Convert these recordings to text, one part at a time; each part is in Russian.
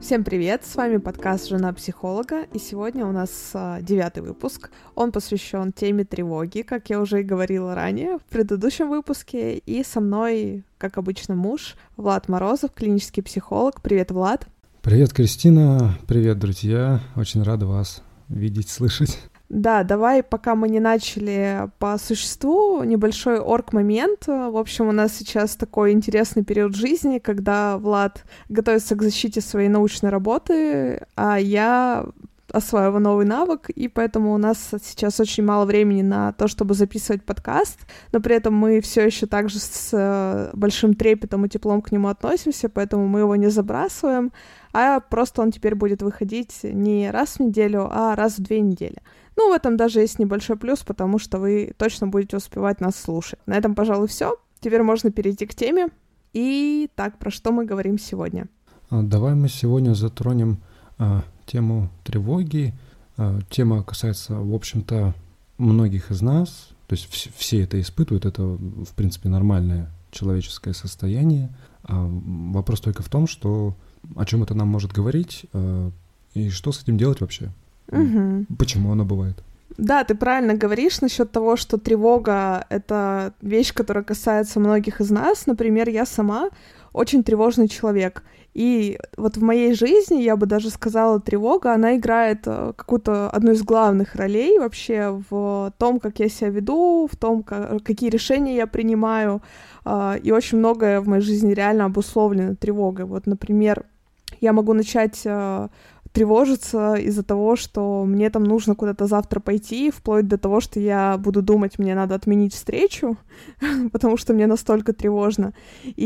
Всем привет, с вами подкаст «Жена психолога», и сегодня у нас 9-й выпуск. Он посвящен теме тревоги, как я уже и говорила ранее в предыдущем выпуске, и со мной, как обычно, муж Влад Морозов, клинический психолог. Привет, Влад. Привет, Кристина, привет, друзья, очень рада вас видеть, слышать. Да, давай, пока мы не начали по существу, небольшой орг-момент. В общем, у нас сейчас такой интересный период жизни, когда Влад готовится к защите своей научной работы, а я осваиваю новый навык, и поэтому у нас сейчас очень мало времени на то, чтобы записывать подкаст, но при этом мы все еще также с большим трепетом и теплом к нему относимся, поэтому мы его не забрасываем, а просто он теперь будет выходить не раз в неделю, а раз в 2 недели. Ну, в этом даже есть небольшой плюс, потому что вы точно будете успевать нас слушать. На этом, пожалуй, все. Теперь можно перейти к теме. И так, про что мы говорим сегодня? Давай мы сегодня затронем тему тревоги. Тема касается, в общем-то, многих из нас. То есть все это испытывают. Это, в принципе, нормальное человеческое состояние. Вопрос только в том, что о чем это нам может говорить и что с этим делать вообще. Угу. Почему оно бывает? Да, ты правильно говоришь насчет того, что тревога — это вещь, которая касается многих из нас. Например, я сама очень тревожный человек. И вот в моей жизни, я бы даже сказала, тревога, она играет какую-то одну из главных ролей вообще в том, как я себя веду, в том, какие решения я принимаю. И очень многое в моей жизни реально обусловлено тревогой. Вот, например, я могу начать тревожиться из-за того, что мне там нужно куда-то завтра пойти, вплоть до того, что я буду думать, мне надо отменить встречу, потому что мне настолько тревожно.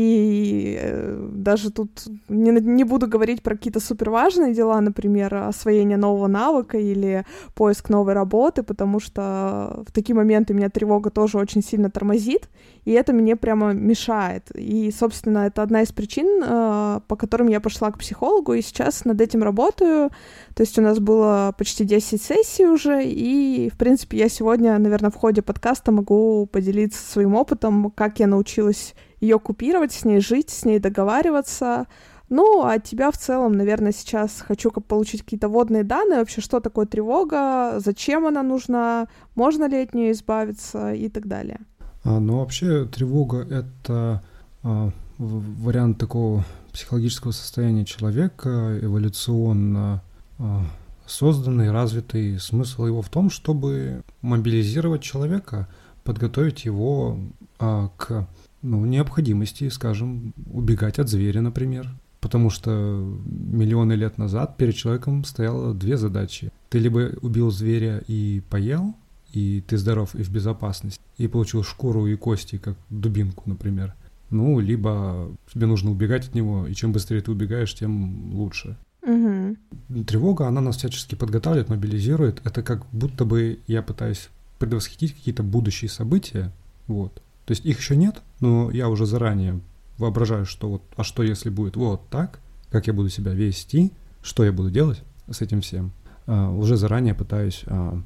И даже тут не буду говорить про какие-то суперважные дела, например, освоение нового навыка или поиск новой работы, потому что в такие моменты меня тревога тоже очень сильно тормозит, и это мне прямо мешает. И, собственно, это одна из причин, по которым я пошла к психологу, и сейчас над этим работаю. То есть у нас было почти 10 сессий уже, и, в принципе, я сегодня, наверное, в ходе подкаста могу поделиться своим опытом, как я научилась ее купировать, с ней жить, с ней договариваться. Ну, а от тебя в целом, наверное, сейчас хочу получить какие-то вводные данные, вообще, что такое тревога, зачем она нужна, можно ли от нее избавиться и так далее. Ну, вообще, тревога — это вариант такого психологического состояния человека, эволюционно созданный, развитый. Смысл его в том, чтобы мобилизировать человека, подготовить его к необходимости, скажем, убегать от зверя, например. Потому что миллионы лет назад перед человеком стояло 2 задачи. Ты либо убил зверя и поел, и ты здоров и в безопасности, и получил шкуру и кости, как дубинку, например. Ну, либо тебе нужно убегать от него, и чем быстрее ты убегаешь, тем лучше. Угу. Тревога, она нас всячески подготавливает, мобилизирует. Это как будто бы я пытаюсь предвосхитить какие-то будущие события. Вот. То есть их еще нет, но я уже заранее воображаю, что вот, а что если будет вот так, как я буду себя вести, что я буду делать с этим всем. Уже заранее пытаюсь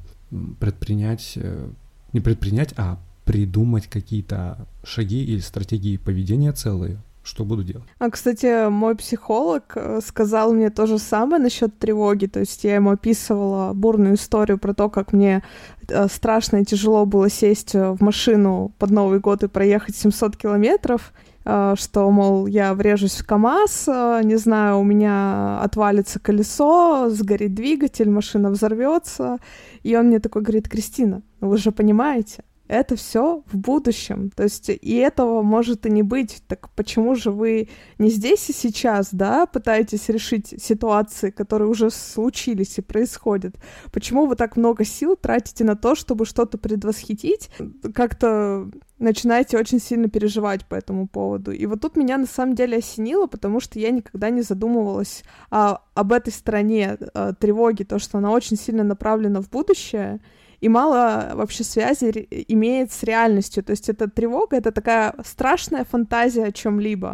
придумать какие-то шаги или стратегии поведения целые, что буду делать. Кстати, мой психолог сказал мне то же самое насчет тревоги, то есть я ему описывала бурную историю про то, как мне страшно и тяжело было сесть в машину под Новый год и проехать 700 километров, что, мол, я врежусь в КамАЗ, не знаю, у меня отвалится колесо, сгорит двигатель, машина взорвется, и он мне такой говорит: Кристина, ну вы же понимаете, это все в будущем, то есть и этого может и не быть, так почему же вы не здесь и сейчас, да, пытаетесь решить ситуации, которые уже случились и происходят? Почему вы так много сил тратите на то, чтобы что-то предвосхитить? Как-то начинаете очень сильно переживать по этому поводу. И вот тут меня на самом деле осенило, потому что я никогда не задумывалась об этой стороне тревоги, то, что она очень сильно направлена в будущее, и мало вообще связи имеет с реальностью. То есть эта тревога — это такая страшная фантазия о чем-либо.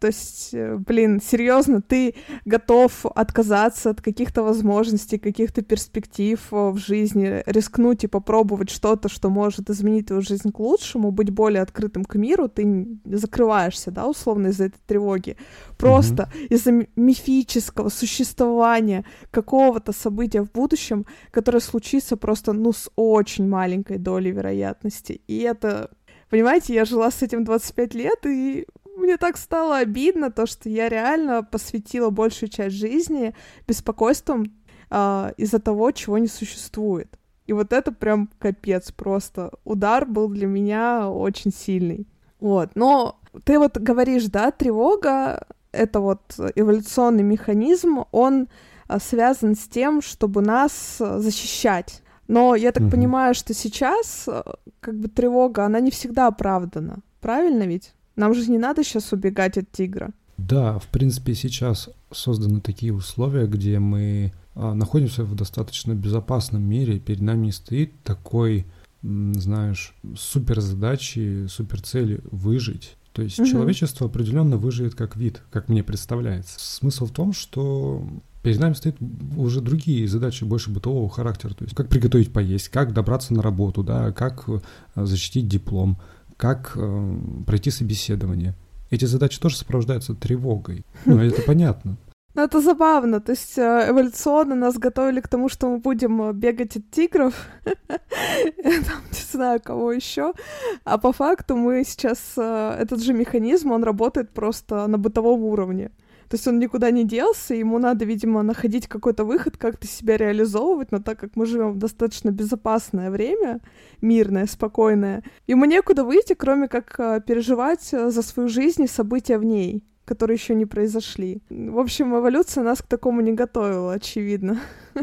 То есть, блин, серьезно, ты готов отказаться от каких-то возможностей, каких-то перспектив в жизни, рискнуть и попробовать что-то, что может изменить твою жизнь к лучшему, быть более открытым к миру, ты закрываешься, да, условно, из-за этой тревоги. Просто из-за мифического существования какого-то события в будущем, которое случится просто, с очень маленькой долей вероятности. И это, понимаете, я жила с этим 25 лет, и мне так стало обидно, то, что я реально посвятила большую часть жизни беспокойствам из-за того, чего не существует. И вот это прям капец просто. Удар был для меня очень сильный. Вот. Но ты вот говоришь, да, тревога — это вот эволюционный механизм, он связан с тем, чтобы нас защищать. Но я так понимаю, что сейчас как бы тревога, она не всегда оправдана. Правильно ведь? Нам же не надо сейчас убегать от тигра. Да, в принципе, сейчас созданы такие условия, где мы находимся в достаточно безопасном мире, перед нами не стоит такой, знаешь, суперзадачи, суперцели выжить. То есть человечество определенно выживет как вид, как мне представляется. Смысл в том, что перед нами стоят уже другие задачи больше бытового характера. То есть как приготовить поесть, как добраться на работу, да, как защитить диплом, как пройти собеседование. Эти задачи тоже сопровождаются тревогой. Это понятно. Ну, это забавно. То есть эволюционно нас готовили к тому, что мы будем бегать от тигров. Не знаю, кого еще. А по факту мы сейчас... Этот же механизм, он работает просто на бытовом уровне. То есть он никуда не делся, ему надо, видимо, находить какой-то выход, как-то себя реализовывать, но так как мы живем в достаточно безопасное время, мирное, спокойное, ему некуда выйти, кроме как переживать за свою жизнь и события в ней, которые еще не произошли. В общем, эволюция нас к такому не готовила, очевидно.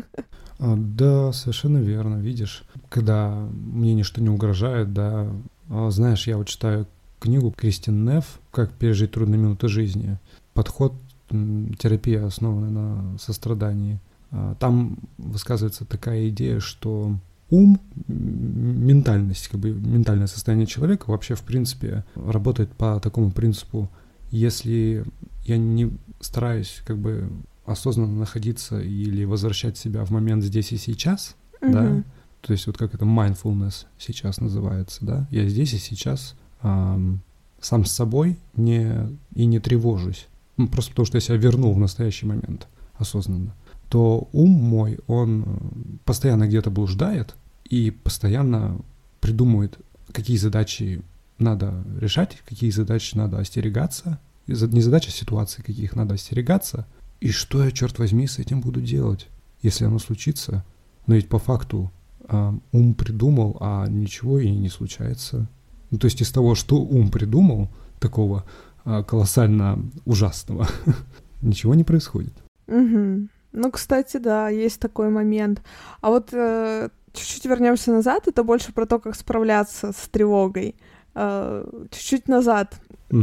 Да, совершенно верно. Видишь, когда мне ничто не угрожает, да, знаешь, я вот читаю книгу Кристин Нефф «Как пережить трудные минуты жизни». Подход терапия, основанная на сострадании. Там высказывается такая идея, что ум, ментальность, как бы ментальное состояние человека вообще, в принципе, работает по такому принципу: если я не стараюсь как бы осознанно находиться или возвращать себя в момент здесь и сейчас, да, то есть вот как это mindfulness сейчас называется, да, я здесь и сейчас сам с собой и не тревожусь, просто потому что я себя вернул в настоящий момент осознанно, то ум мой, он постоянно где-то блуждает и постоянно придумывает, какие задачи надо решать, какие задачи надо остерегаться, не задачи, а ситуации, каких надо остерегаться, и что я, черт возьми, с этим буду делать, если оно случится. Но ведь по факту ум придумал, а ничего и не случается. Ну, то есть из того, что ум придумал, такого колоссально ужасного, ничего не происходит. Ну, кстати, да, есть такой момент. А вот чуть-чуть вернемся назад, это больше про то, как справляться с тревогой. Чуть-чуть назад.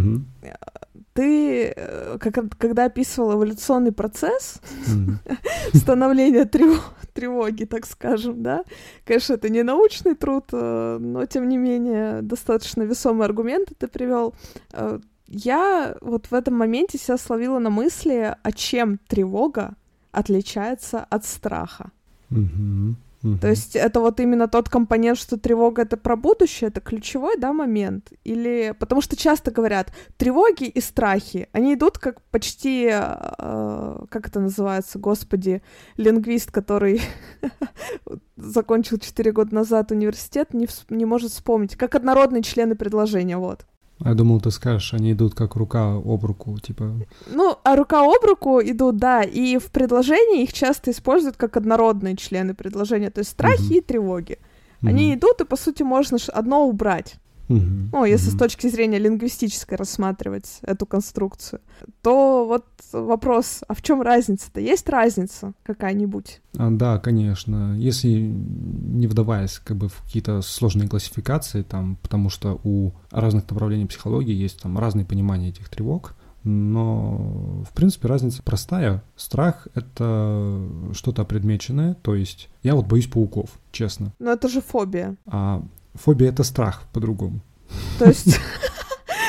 Ты, когда описывал эволюционный процесс становления тревоги, так скажем, да, конечно, это не научный труд, но, тем не менее, достаточно весомые аргументы ты привел. Я вот в этом моменте себя словила на мысли, а чем тревога отличается от страха. То есть это вот именно тот компонент, что тревога — это про будущее, это ключевой, да, момент? Или... Потому что часто говорят, тревоги и страхи, они идут как почти, как это называется, господи, лингвист, который закончил 4 года назад университет, не может вспомнить, как однородные члены предложения, вот. Я думал, ты скажешь, они идут как рука об руку, типа... Ну, а рука об руку идут, да, и в предложении их часто используют как однородные члены предложения, то есть страхи и тревоги. Они идут, и, по сути, можно одно убрать. Ну, если с точки зрения лингвистической рассматривать эту конструкцию, то вот вопрос, а в чем разница-то? Есть разница какая-нибудь? Да, конечно. Если не вдаваясь как бы в какие-то сложные классификации, там, потому что у разных направлений психологии есть там разные понимания этих тревог, но, в принципе, разница простая. Страх — это что-то предмеченное, то есть я вот боюсь пауков, честно. Но это же фобия. Фобия — это страх по-другому. То есть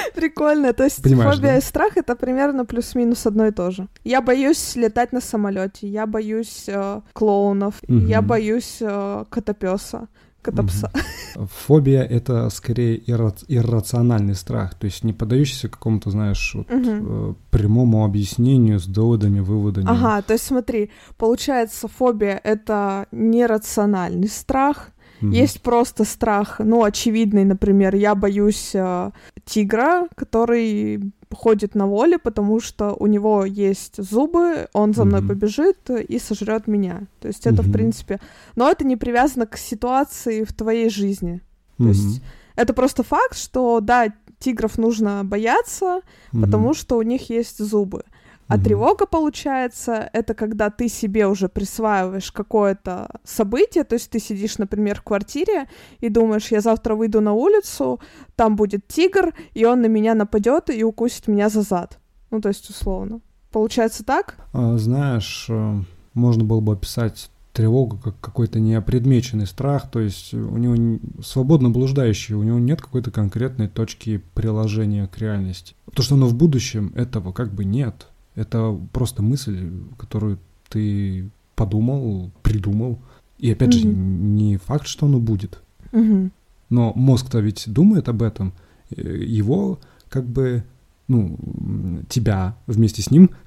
Прикольно. То есть Понимаешь, фобия да? и страх — это примерно плюс-минус одно и то же. Я боюсь летать на самолете, я боюсь клоунов, я боюсь котопёса. Котопса. Фобия — это скорее иррациональный страх, то есть не поддающийся какому-то, знаешь, прямому объяснению с доводами, выводами. Ага, то есть смотри, получается, фобия — это нерациональный страх. Есть просто страх, ну, очевидный, например, я боюсь тигра, который ходит на воле, потому что у него есть зубы, он за мной побежит и сожрет меня. То есть это, в принципе... Но это не привязано к ситуации в твоей жизни. То есть это просто факт, что, да, тигров нужно бояться, потому что у них есть зубы. А тревога, получается, это когда ты себе уже присваиваешь какое-то событие, то есть ты сидишь, например, в квартире и думаешь, я завтра выйду на улицу, там будет тигр, и он на меня нападет и укусит меня за зад. Ну, то есть, условно. Получается так? Знаешь, можно было бы описать тревогу как какой-то неопредмеченный страх, то есть у него свободно блуждающий, у него нет какой-то конкретной точки приложения к реальности. Потому что оно в будущем, этого как бы нет. Это просто мысль, которую ты подумал, придумал. И опять же, не факт, что оно будет. Но мозг-то ведь думает об этом. Его как бы, ну, тебя вместе с ним,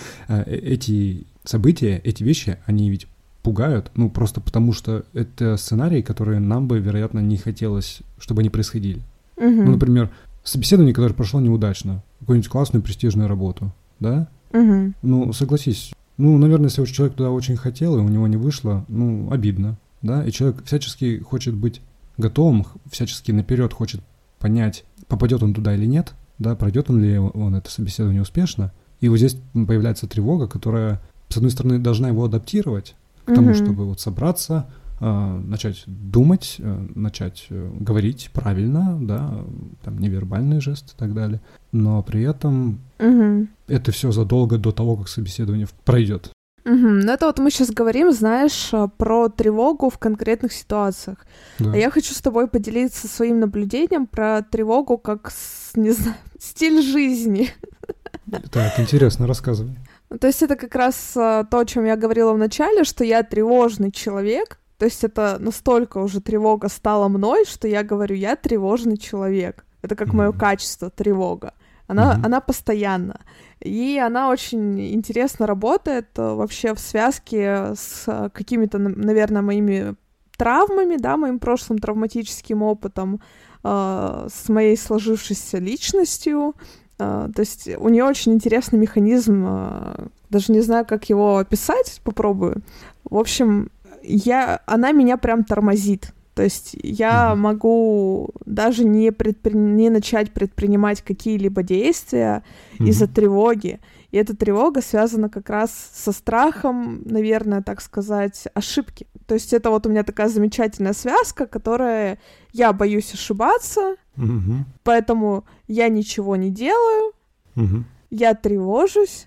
эти события, эти вещи, они ведь пугают. Ну, просто потому что это сценарии, которые нам бы, вероятно, не хотелось, чтобы они происходили. Ну, например, собеседование, которое прошло неудачно. Какую-нибудь классную, престижную работу. Да? Ну, согласись. Ну, наверное, если человек туда очень хотел, и у него не вышло, ну, обидно, да? И человек всячески хочет быть готовым, всячески наперед хочет понять, попадет он туда или нет, да, пройдет он ли он это собеседование успешно. И вот здесь появляется тревога, которая, с одной стороны, должна его адаптировать к тому, чтобы вот собраться, начать думать, начать говорить правильно, да, там невербальные жесты и так далее, но при этом это все задолго до того, как собеседование пройдет. Ну это вот мы сейчас говорим, знаешь, про тревогу в конкретных ситуациях. Да. А я хочу с тобой поделиться своим наблюдением про тревогу как, не знаю, стиль жизни. Так, интересно, рассказывай. То есть это как раз то, о чем я говорила в начале, что я тревожный человек. То есть это настолько уже тревога стала мной, что я говорю, я тревожный человек. Это как мое качество, тревога. Она постоянна. И она очень интересно работает вообще в связке с какими-то, наверное, моими травмами, да, моим прошлым травматическим опытом, с моей сложившейся личностью. То есть у нее очень интересный механизм, даже не знаю, как его описать, попробую. В общем, она меня прям тормозит. То есть я могу даже не начать предпринимать какие-либо действия из-за тревоги. И эта тревога связана как раз со страхом, наверное, так сказать, ошибки. То есть это вот у меня такая замечательная связка, которая я боюсь ошибаться, поэтому я ничего не делаю, я тревожусь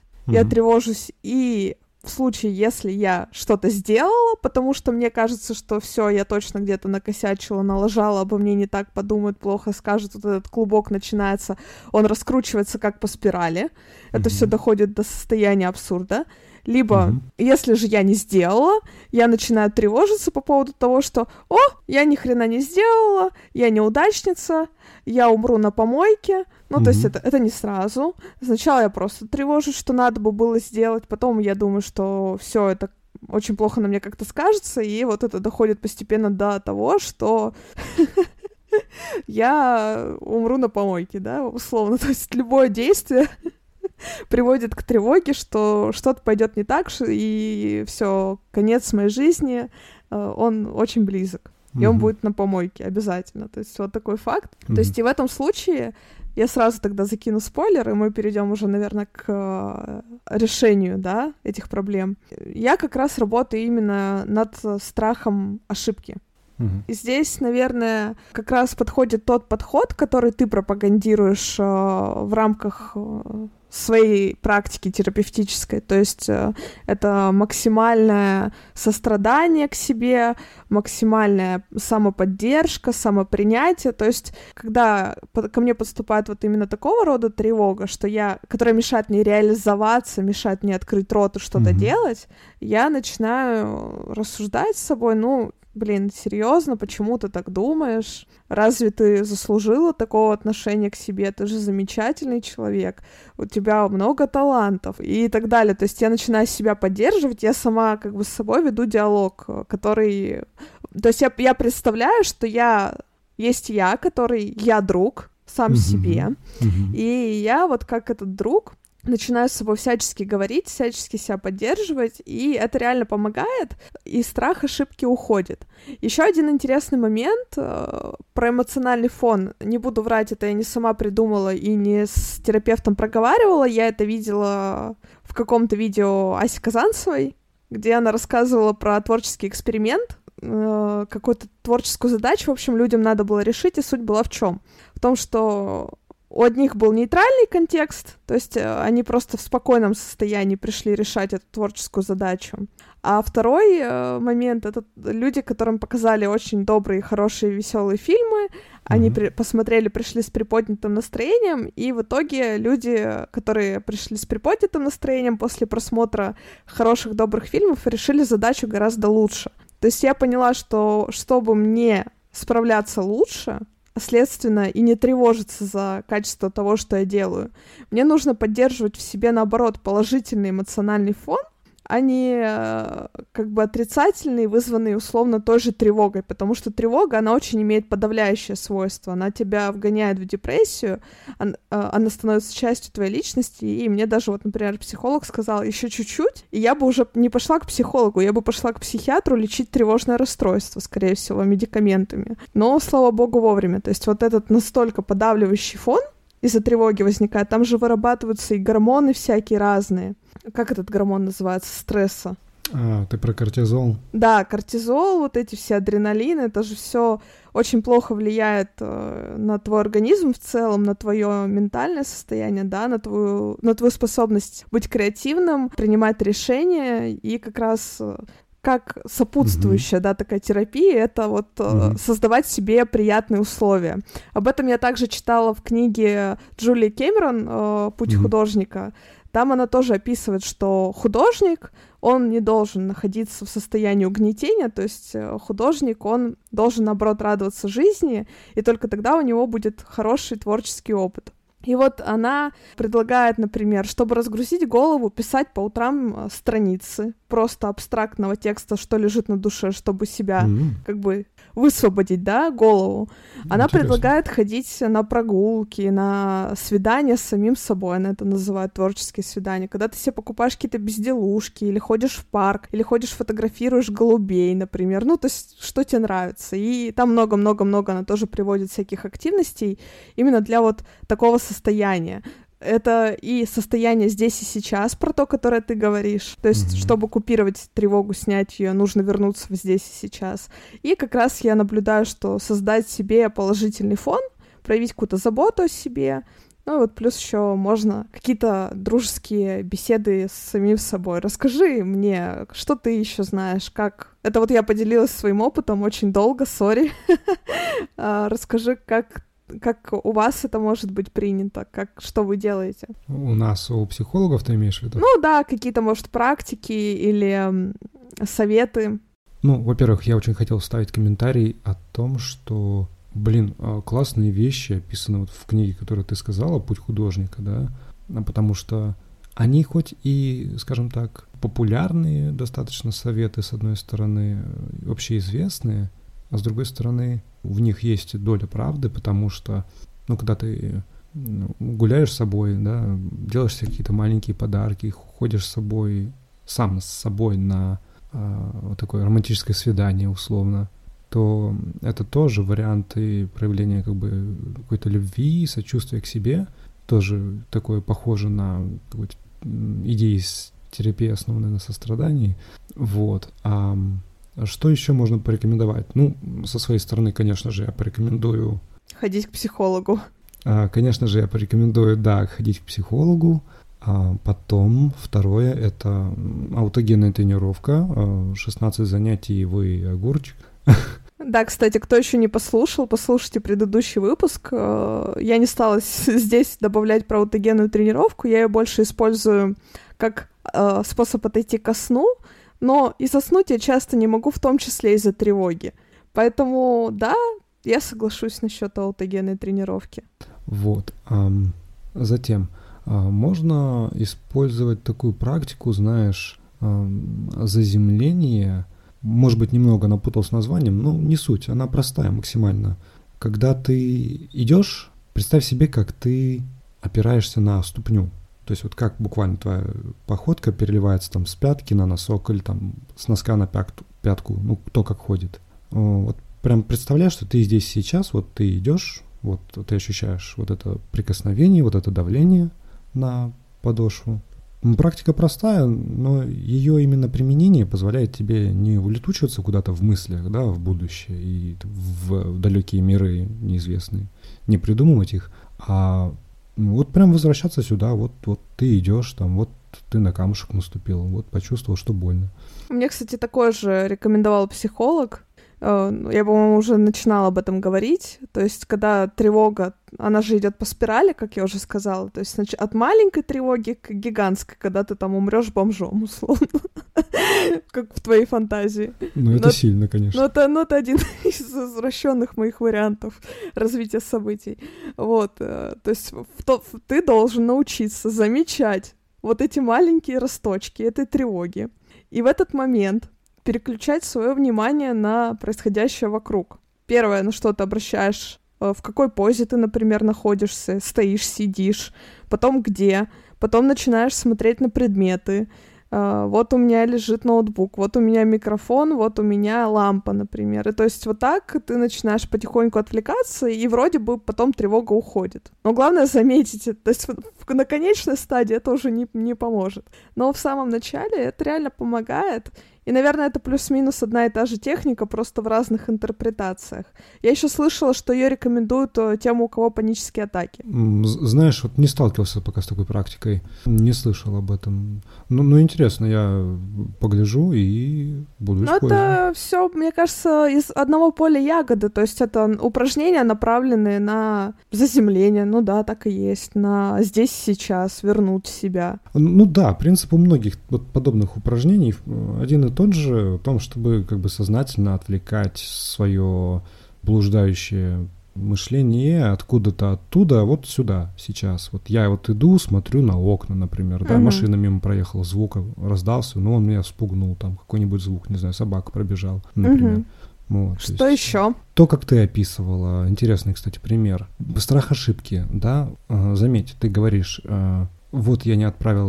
и в случае, если я что-то сделала, потому что мне кажется, что все, я точно где-то накосячила, налажала, обо мне не так подумают, плохо скажут, вот этот клубок начинается, он раскручивается как по спирали, это все доходит до состояния абсурда. Либо, если же я не сделала, я начинаю тревожиться по поводу того, что я ни хрена не сделала, я неудачница, я умру на помойке. Ну, то есть это не сразу. Сначала я просто тревожусь, что надо бы было сделать, потом я думаю, что все это очень плохо на мне как-то скажется, и вот это доходит постепенно до того, что я умру на помойке, да, условно. То есть любое действие приводит к тревоге, что что-то пойдет не так, и все, конец моей жизни, он очень близок. И он будет на помойке обязательно. То есть вот такой факт. То есть и в этом случае я сразу тогда закину спойлер, и мы перейдем уже, наверное, к решению, да, этих проблем. Я как раз работаю именно над страхом ошибки. И здесь, наверное, как раз подходит тот подход, который ты пропагандируешь в рамках своей практики терапевтической. То есть это максимальное сострадание к себе, максимальная самоподдержка, самопринятие. То есть когда ко мне подступает вот именно такого рода тревога, которая мешает мне реализоваться, мешает мне открыть рот и что-то делать, я начинаю рассуждать с собой, серьезно, почему ты так думаешь? Разве ты заслужила такого отношения к себе? Ты же замечательный человек, у тебя много талантов и так далее. То есть я начинаю себя поддерживать, я сама как бы с собой веду диалог, который... То есть я представляю, что есть я, я друг сам себе, и я вот как этот друг начинаю с собой всячески говорить, всячески себя поддерживать, и это реально помогает, и страх ошибки уходит. Еще один интересный момент про эмоциональный фон. Не буду врать, это я не сама придумала и не с терапевтом проговаривала, я это видела в каком-то видео Аси Казанцевой, где она рассказывала про творческий эксперимент, какую-то творческую задачу, в общем, людям надо было решить, и суть была в чем? В том, что у одних был нейтральный контекст, то есть они просто в спокойном состоянии пришли решать эту творческую задачу. А второй момент — это люди, которым показали очень добрые, хорошие, веселые фильмы, они посмотрели, пришли с приподнятым настроением, и в итоге люди, которые пришли с приподнятым настроением после просмотра хороших, добрых фильмов, решили задачу гораздо лучше. То есть я поняла, что чтобы мне справляться лучше, следственно, и не тревожиться за качество того, что я делаю, мне нужно поддерживать в себе, наоборот, положительный эмоциональный фон, а не как бы отрицательный, вызванный условно той же тревогой, потому что тревога, она очень имеет подавляющее свойство, она тебя вгоняет в депрессию, она становится частью твоей личности, и мне даже вот, например, психолог сказал еще чуть-чуть, и я бы уже не пошла к психологу, я бы пошла к психиатру лечить тревожное расстройство, скорее всего, медикаментами. Но, слава богу, вовремя. То есть вот этот настолько подавливающий фон из-за тревоги возникает, там же вырабатываются и гормоны всякие разные. Как этот гормон называется? Стресса. Ты про кортизол? Да, кортизол, вот эти все адреналины, это же все очень плохо влияет на твой организм в целом, на твое ментальное состояние, да, на твою способность быть креативным, принимать решения, и как раз как сопутствующая, да, такая терапия, это вот создавать себе приятные условия. Об этом я также читала в книге Джулии Кэмерон «Путь художника». Там она тоже описывает, что художник, он не должен находиться в состоянии угнетения, то есть художник, он должен, наоборот, радоваться жизни, и только тогда у него будет хороший творческий опыт. И вот она предлагает, например, чтобы разгрузить голову, писать по утрам страницы просто абстрактного текста, что лежит на душе, чтобы себя как бы высвободить, да, голову. Она Интересно. предлагает ходить на прогулки, на свидания с самим собой, она это называет творческие свидания, когда ты себе покупаешь какие-то безделушки, или ходишь в парк, или ходишь фотографируешь голубей, например, то есть что тебе нравится. И там много-много-много она тоже приводит всяких активностей именно для вот такого состояния. Это и состояние здесь и сейчас, про то, которое ты говоришь. То есть, чтобы купировать тревогу, снять ее, нужно вернуться в здесь и сейчас. И как раз я наблюдаю, что создать себе положительный фон, проявить какую-то заботу о себе, и вот плюс еще можно какие-то дружеские беседы с самим собой. Расскажи мне, что ты еще знаешь, как... Это вот я поделилась своим опытом очень долго, сори. Расскажи, как у вас это может быть принято? Что вы делаете? У нас, у психологов, ты имеешь в виду? Да, какие-то, может, практики или советы. Во-первых, я очень хотел вставить комментарий о том, что, классные вещи описаны вот в книге, которую ты сказала, «Путь художника», да, потому что они хоть и, скажем так, популярные достаточно советы, с одной стороны, общеизвестные, а с другой стороны, в них есть доля правды, потому что, когда ты гуляешь с собой, да, делаешь себе какие-то маленькие подарки, ходишь сам с собой на вот такое романтическое свидание, условно, то это тоже варианты проявления как бы какой-то любви, сочувствия к себе, тоже такое похоже на идеи из терапии, основанной на сострадании, вот. Что еще можно порекомендовать? Ну, со своей стороны, конечно же, я порекомендую... Ходить к психологу. Конечно же, я порекомендую, да, ходить к психологу. Потом, второе, это аутогенная тренировка. 16 занятий, вы огурчик. Да, кстати, кто еще не послушал, послушайте предыдущий выпуск. Я не стала здесь добавлять про аутогенную тренировку, я ее больше использую как способ отойти ко сну, но и заснуть я часто не могу, в том числе из-за тревоги. Поэтому, да, я соглашусь насчет аутогенной тренировки. Вот. Затем можно использовать такую практику, знаешь, заземления. Может быть, немного напутал с названием, но не суть, она простая максимально. Когда ты идешь, представь себе, как ты опираешься на ступню. То есть вот как буквально твоя походка переливается там с пятки на носок или там с носка на пятку, ну кто как ходит. Вот прям представляешь, что ты здесь сейчас, вот ты идешь, вот ты ощущаешь вот это прикосновение, вот это давление на подошву. Практика простая, но ее именно применение позволяет тебе не улетучиваться куда-то в мыслях, да, в будущее и в далекие миры неизвестные, не придумывать их, а вот прям возвращаться сюда, вот ты идешь, там, вот ты на камушек наступил, вот почувствовал, что больно. Мне, кстати, такое же рекомендовал психолог. Я, по-моему, уже начинала об этом говорить. То есть, когда тревога, она же идет по спирали, как я уже сказала. То есть, от маленькой тревоги к гигантской, когда ты там умрешь бомжом, условно. Как в твоей фантазии. Ну, это сильно, конечно. Но это один из извращенных моих вариантов развития событий. Вот. То есть, ты должен научиться замечать вот эти маленькие росточки этой тревоги. И в этот момент переключать свое внимание на происходящее вокруг. Первое, на что ты обращаешь, в какой позе ты, например, находишься, стоишь, сидишь, потом где, потом начинаешь смотреть на предметы. Вот у меня лежит ноутбук, вот у меня микрофон, вот у меня лампа, например. И то есть вот так ты начинаешь потихоньку отвлекаться, и вроде бы потом тревога уходит. Но главное заметить, то есть на конечной стадии это уже не поможет. Но в самом начале это реально помогает. И, наверное, это плюс-минус одна и та же техника, просто в разных интерпретациях. Я еще слышала, что ее рекомендуют тем, у кого панические атаки. Знаешь, вот не сталкивался пока с такой практикой, не слышал об этом. Ну интересно, я погляжу и буду использовать. Ну, это все, мне кажется, из одного поля ягоды, то есть это упражнения, направленные на заземление, ну да, так и есть, на здесь сейчас, вернуть себя. Ну да, принцип у многих вот подобных упражнений один и тот же, в том, чтобы как бы сознательно отвлекать свое блуждающее мышление откуда-то оттуда вот сюда, сейчас. Вот я вот иду, смотрю на окна, например, да, машина мимо проехала, звук раздался, но он меня спугнул, там какой-нибудь звук, не знаю, собака пробежала, например. Вот, что еще? То, как ты описывала, интересный, кстати, пример. Страх ошибки, да, заметь, ты говоришь, вот я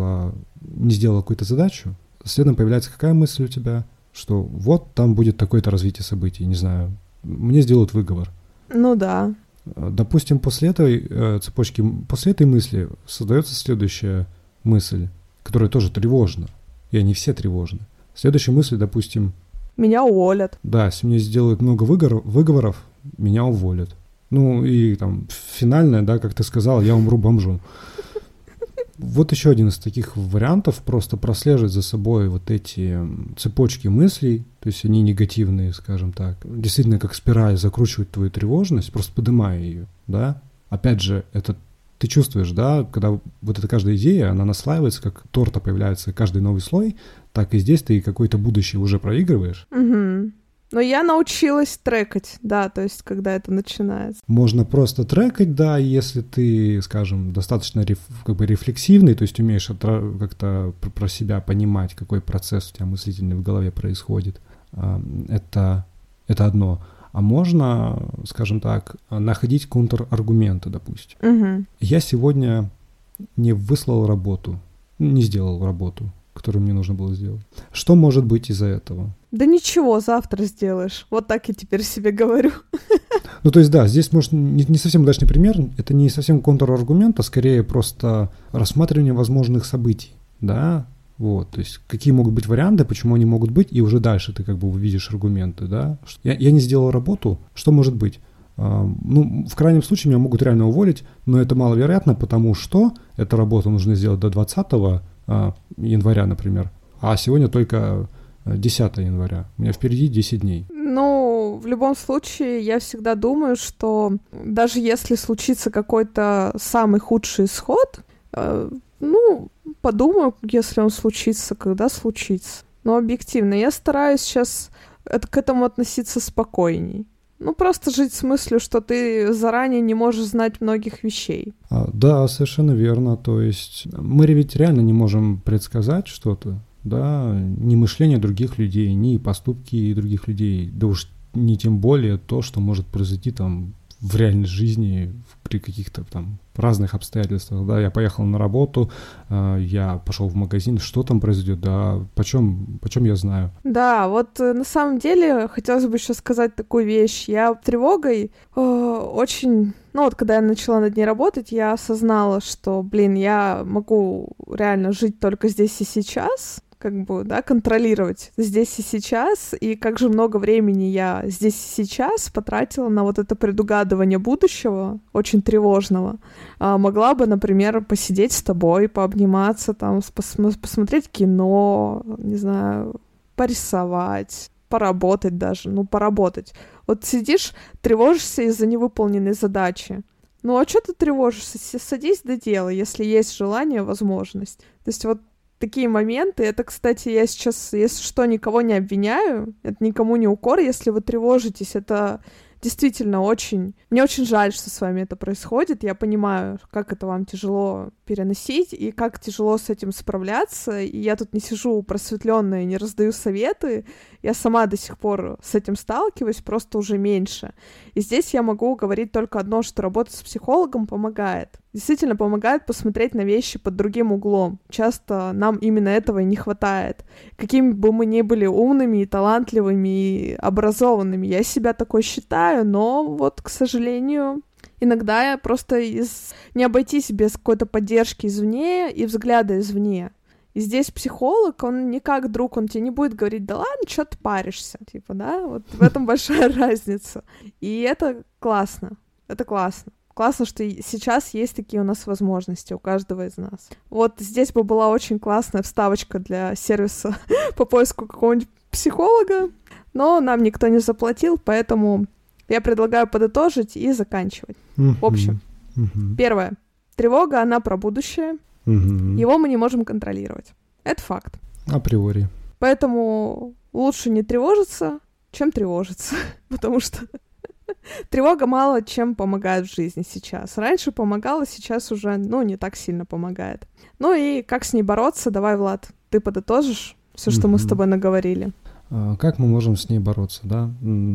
не сделала какую-то задачу, следом появляется какая мысль у тебя, что вот там будет такое-то развитие событий, не знаю, мне сделают выговор. Ну да. Допустим, после этой цепочки, после этой мысли создается следующая мысль, которая тоже тревожна, и они все тревожны. Следующая мысль, допустим... Меня уволят. Да, если мне сделают много выговоров, меня уволят. Ну и там финальное, да, как ты сказал, я умру бомжом. Вот еще один из таких вариантов, просто прослеживать за собой вот эти цепочки мыслей, то есть они негативные, скажем так, действительно как спираль закручивать твою тревожность, просто поднимая ее, да. Опять же, это ты чувствуешь, да, когда вот эта каждая идея, она наслаивается, как торта появляется каждый новый слой, так и здесь ты какое-то будущее уже проигрываешь. Угу. Но я научилась трекать, да, то есть когда это начинается. Можно просто трекать, да, если ты, скажем, достаточно рефлексивный, то есть умеешь как-то про себя понимать, какой процесс у тебя мыслительный в голове происходит. Это одно. А можно, скажем так, находить контраргументы, допустим. Угу. Я сегодня не выслал работу, не сделал работу, которую мне нужно было сделать. Что может быть из-за этого? Да ничего, завтра сделаешь. Вот так я теперь себе говорю. Ну, то есть, да, здесь, может, не совсем удачный пример, это не совсем контраргумент, а скорее просто рассматривание возможных событий, да. Вот, то есть какие могут быть варианты, почему они могут быть, и уже дальше ты как бы увидишь аргументы, да. Я не сделал работу, что может быть? Ну, в крайнем случае меня могут реально уволить, но это маловероятно, потому что эту работу нужно сделать до 20 января, например, а сегодня только 10 января. У меня впереди 10 дней. Ну, в любом случае, я всегда думаю, что даже если случится какой-то самый худший исход, ну, подумаю, если он случится, когда случится. Но объективно, я стараюсь сейчас к этому относиться спокойней. Ну, просто жить с мыслью, что ты заранее не можешь знать многих вещей. Да, совершенно верно. То есть мы ведь реально не можем предсказать что-то, да, ни мышление других людей, ни поступки других людей, да уж не тем более то, что может произойти там в реальной жизни при каких-то там разных обстоятельствах, да, я поехал на работу, я пошел в магазин, что там произойдет, да, почем я знаю. Да, вот на самом деле хотелось бы еще сказать такую вещь. Я тревогой очень... Ну вот когда я начала над ней работать, я осознала, что, я могу реально жить только здесь и сейчас, как бы, да, контролировать здесь и сейчас, и как же много времени я здесь и сейчас потратила на вот это предугадывание будущего, очень тревожного. Могла бы, например, посидеть с тобой, пообниматься, там, посмотреть кино, не знаю, порисовать, поработать даже, поработать. Вот сидишь, тревожишься из-за невыполненной задачи. Ну а что ты тревожишься? Садись до дела, если есть желание, возможность. То есть вот такие моменты, это, кстати, я сейчас, если что, никого не обвиняю, это никому не укор, если вы тревожитесь, это действительно очень... Мне очень жаль, что с вами это происходит, я понимаю, как это вам тяжело переносить и как тяжело с этим справляться, и я тут не сижу просветленная, не раздаю советы, я сама до сих пор с этим сталкиваюсь, просто уже меньше. И здесь я могу говорить только одно, что работа с психологом помогает. Действительно помогает посмотреть на вещи под другим углом. Часто нам именно этого и не хватает. Какими бы мы ни были умными, и талантливыми, и образованными, я себя такой считаю, но вот, к сожалению, иногда я просто не обойтись без какой-то поддержки извне и взгляда извне. И здесь психолог, он не как друг, он тебе не будет говорить, да ладно, что ты паришься, типа, да, вот в этом большая разница. И это классно, это классно. Классно, что сейчас есть такие у нас возможности у каждого из нас. Вот здесь бы была очень классная вставочка для сервиса по поиску какого-нибудь психолога, но нам никто не заплатил, поэтому я предлагаю подытожить и заканчивать. В общем, первое. Тревога, она про будущее. Его мы не можем контролировать. Это факт. Априори. Поэтому лучше не тревожиться, чем тревожиться. Потому что тревога мало чем помогает в жизни сейчас. Раньше помогала, сейчас уже, не так сильно помогает. Ну и как с ней бороться? Давай, Влад, ты подытожишь все, что мы с тобой наговорили. Как мы можем с ней бороться, да?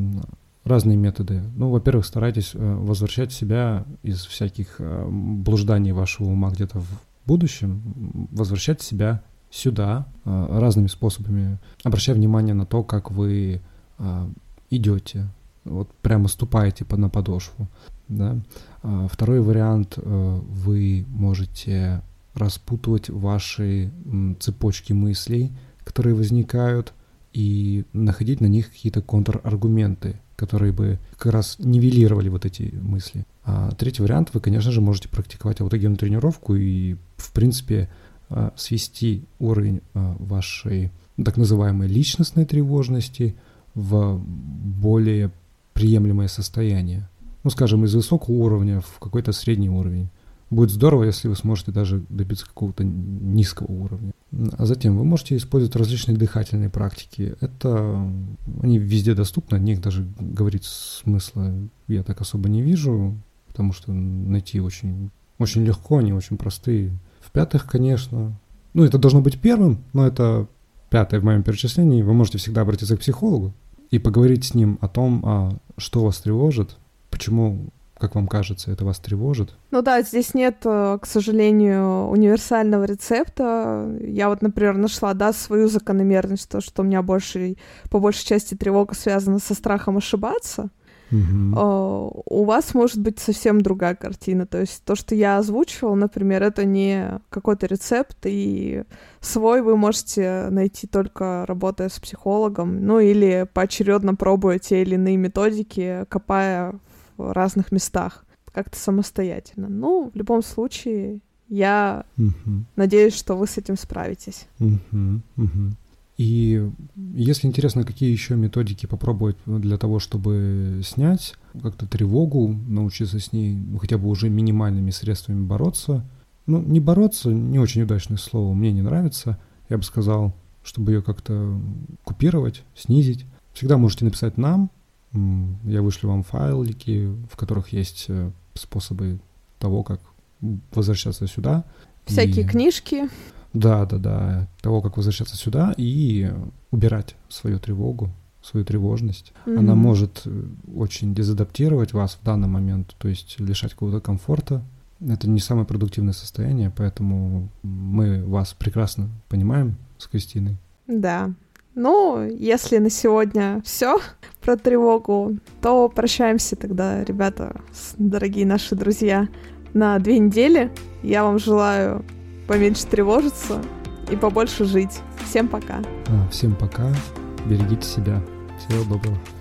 Разные методы. Во-первых, старайтесь возвращать себя из всяких блужданий вашего ума где-то в будущем, возвращать себя сюда разными способами, обращая внимание на то, как вы идете, вот прямо ступаете на подошву. Да? Второй вариант, вы можете распутывать ваши цепочки мыслей, которые возникают, и находить на них какие-то контраргументы, которые бы как раз нивелировали вот эти мысли. А третий вариант, вы, конечно же, можете практиковать аутогенную тренировку и, в принципе, свести уровень вашей так называемой личностной тревожности в более приемлемое состояние. Скажем, из высокого уровня в какой-то средний уровень. Будет здорово, если вы сможете даже добиться какого-то низкого уровня. А затем вы можете использовать различные дыхательные практики. Они везде доступны, о них даже говорить смысла я так особо не вижу, потому что найти очень, очень легко, они очень простые. В-пятых, конечно, это должно быть первым, но это пятое в моем перечислении. Вы можете всегда обратиться к психологу и поговорить с ним о том, что вас тревожит, почему, как вам кажется, это вас тревожит? Здесь нет, к сожалению, универсального рецепта. Я вот, например, нашла, свою закономерность, то, что у меня по большей части тревога связана со страхом ошибаться. у вас может быть совсем другая картина. То есть то, что я озвучивала, например, это не какой-то рецепт, и свой вы можете найти только работая с психологом, ну или поочередно пробуя те или иные методики, копая в разных местах, как-то самостоятельно. Ну, в любом случае, я надеюсь, что вы с этим справитесь. И если интересно, какие еще методики попробовать для того, чтобы снять как-то тревогу, научиться с ней хотя бы уже минимальными средствами бороться. Ну, не бороться, не очень удачное слово, мне не нравится. Я бы сказал, чтобы ее как-то купировать, снизить. Всегда можете написать нам. Я вышлю вам файлики, в которых есть способы того, как возвращаться сюда. Всякие книжки. Да, того, как возвращаться сюда и убирать свою тревогу, свою тревожность. Она может очень дезадаптировать вас в данный момент, то есть лишать какого-то комфорта. Это не самое продуктивное состояние, поэтому мы вас прекрасно понимаем с Кристиной. Да. Ну, если на сегодня все про тревогу, то прощаемся тогда, ребята, дорогие наши друзья, на 2 недели. Я вам желаю поменьше тревожиться и побольше жить. Всем пока. Всем пока. Берегите себя. Всего доброго.